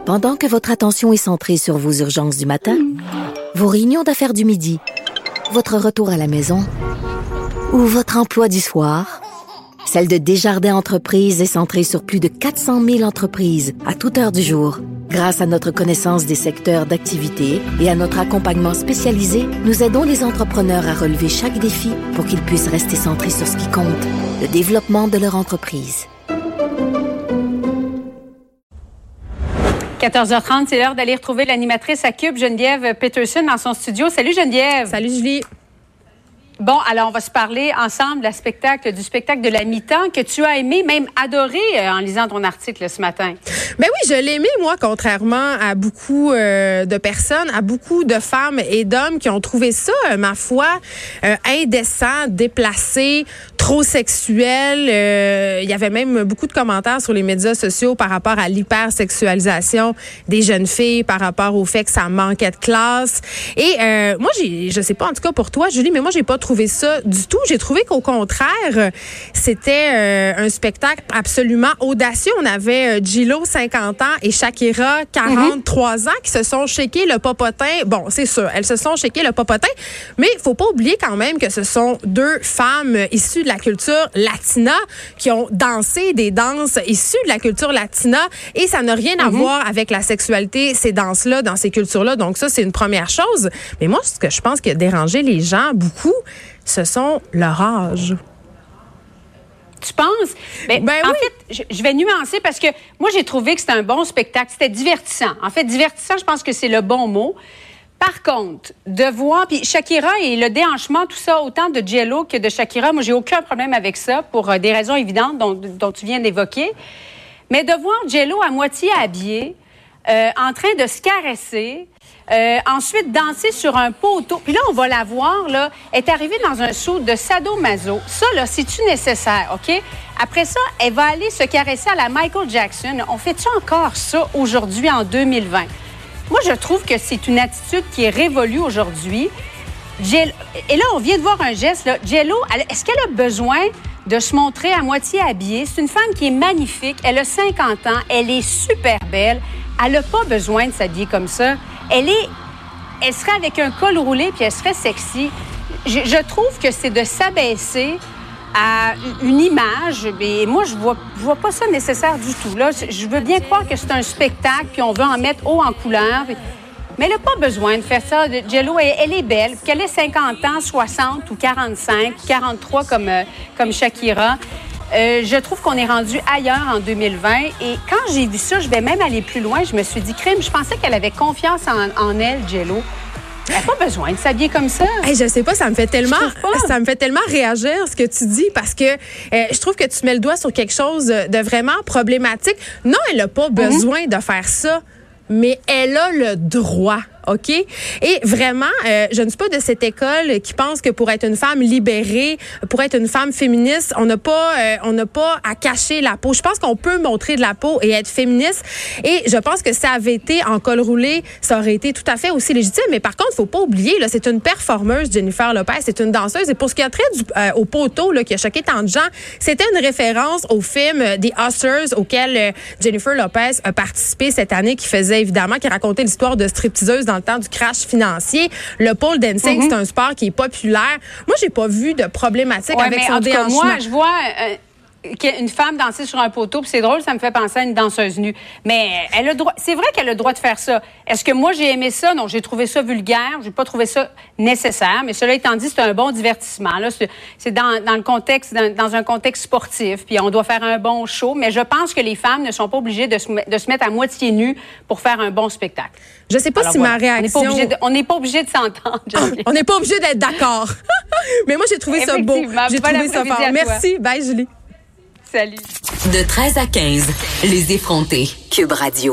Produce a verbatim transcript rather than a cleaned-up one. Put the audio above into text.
Pendant que votre attention est centrée sur vos urgences du matin, vos réunions d'affaires du midi, votre retour à la maison ou votre emploi du soir, celle de Desjardins Entreprises est centrée sur plus de quatre cent mille entreprises à toute heure du jour. Grâce à notre connaissance des secteurs d'activité et à notre accompagnement spécialisé, nous aidons les entrepreneurs à relever chaque défi pour qu'ils puissent rester centrés sur ce qui compte, le développement de leur entreprise. quatorze heures trente, c'est l'heure d'aller retrouver l'animatrice à Cube, Geneviève Peterson, dans son studio. Salut Geneviève! Salut Julie! Bon, alors on va se parler ensemble de la spectacle, du spectacle de la mi-temps que tu as aimé, même adoré euh, en lisant ton article ce matin. Ben oui, je l'ai aimé, moi, contrairement à beaucoup euh, de personnes, à beaucoup de femmes et d'hommes qui ont trouvé ça, euh, ma foi, euh, indécent, déplacé, trop sexuel. Euh, il y avait même beaucoup de commentaires sur les médias sociaux par rapport à l'hypersexualisation des jeunes filles, par rapport au fait que ça manquait de classe. Et euh, moi, j'ai, je sais pas en tout cas pour toi, Julie, mais moi, j'ai pas trouvé ça du tout. J'ai trouvé qu'au contraire, c'était euh, un spectacle absolument audacieux. On avait euh, J-Lo, cinquante ans, et Shakira, quarante-trois mm-hmm. ans, qui se sont shaké le popotin. Bon, c'est sûr, elles se sont shaké le popotin, mais il faut pas oublier quand même que ce sont deux femmes issues de la culture latina qui ont dansé des danses issues de la culture latina, et ça n'a rien mm-hmm. à voir avec la sexualité, ces danses-là, dans ces cultures-là. Donc ça, c'est une première chose. Mais moi, ce que je pense qui a dérangé les gens beaucoup, ce sont leur âge. Tu penses? Ben, ben en oui. fait, je, je vais nuancer parce que moi, j'ai trouvé que c'était un bon spectacle. C'était divertissant. En fait, divertissant, je pense que c'est le bon mot. Par contre, de voir, puis Shakira et le déhanchement, tout ça, autant de J-Lo que de Shakira, moi, j'ai aucun problème avec ça pour euh, des raisons évidentes dont, dont tu viens d'évoquer. Mais de voir J-Lo à moitié habillée, euh, en train de se caresser, Euh, ensuite, danser sur un poteau. Puis là, on va la voir, là, est arrivée dans un saut de sadomaso. Ça, là, c'est-tu nécessaire, OK? Après ça, elle va aller se caresser à la Michael Jackson. On fait-tu encore ça aujourd'hui, en deux mille vingt? Moi, je trouve que c'est une attitude qui est révolue aujourd'hui. J- Et là, on vient de voir un geste, là. J-Lo, est-ce qu'elle a besoin de se montrer à moitié habillée? C'est une femme qui est magnifique. Elle a cinquante ans. Elle est super belle. Elle n'a pas besoin de s'habiller comme ça. Elle est, elle serait avec un col roulé puis elle serait sexy. Je, je trouve que c'est de s'abaisser à une image. Et moi, je vois, je vois pas ça nécessaire du tout. Là, je veux bien croire que c'est un spectacle puis on veut en mettre haut en couleur. Mais elle n'a pas besoin de faire ça. J-Lo, elle, elle est belle. Qu'elle ait cinquante ans, soixante ou quarante-cinq, quarante-trois comme, euh, comme Shakira. Euh, je trouve qu'on est rendu ailleurs en deux mille vingt. Et quand j'ai vu ça, je vais même aller plus loin. Je me suis dit, crime, je pensais qu'elle avait confiance en, en elle, J-Lo. Elle n'a pas besoin de s'habiller comme ça. Hey, je sais pas, ça me fait tellement, ça me fait tellement réagir ce que tu dis parce que euh, je trouve que tu mets le doigt sur quelque chose de vraiment problématique. Non, elle n'a pas besoin mm-hmm. de faire ça, mais elle a le droit. OK? Et vraiment, euh, je ne suis pas de cette école qui pense que pour être une femme libérée, pour être une femme féministe, on n'a pas, euh, on n'a pas à cacher la peau. Je pense qu'on peut montrer de la peau et être féministe. Et je pense que si ça avait été en col roulé, ça aurait été tout à fait aussi légitime. Mais par contre, il faut pas oublier, là, c'est une performeuse, Jennifer Lopez, c'est une danseuse. Et pour ce qui a trait du, euh, au poteau, là, qui a choqué tant de gens, c'était une référence au film The Hustlers auquel euh, Jennifer Lopez a participé cette année, qui faisait évidemment, qui racontait l'histoire de stripteaseuse dans le temps du crash financier. Le pole dancing, mm-hmm. c'est un sport qui est populaire. Moi, j'ai pas vu de problématique ouais, avec son déhanchement. Moi, je vois euh, une femme danser sur un poteau, puis c'est drôle, ça me fait penser à une danseuse nue. Mais elle a le droit. C'est vrai qu'elle a le droit de faire ça. Est-ce que moi, j'ai aimé ça? Non, j'ai trouvé ça vulgaire. J'ai pas trouvé ça nécessaire. Mais cela étant dit, c'est un bon divertissement. Là, c'est, c'est dans, dans le contexte, dans, dans un contexte sportif. Puis on doit faire un bon show. Mais je pense que les femmes ne sont pas obligées de se, de se mettre à moitié nues pour faire un bon spectacle. Je sais pas Alors, si voilà. ma réaction... On n'est pas obligé de, de s'entendre. On n'est pas obligé d'être d'accord. Mais moi, j'ai trouvé ça beau. J'ai trouvé ça fort. Merci. Bye, Julie. Salut. De treize à quinze, les effrontés. Cube Radio.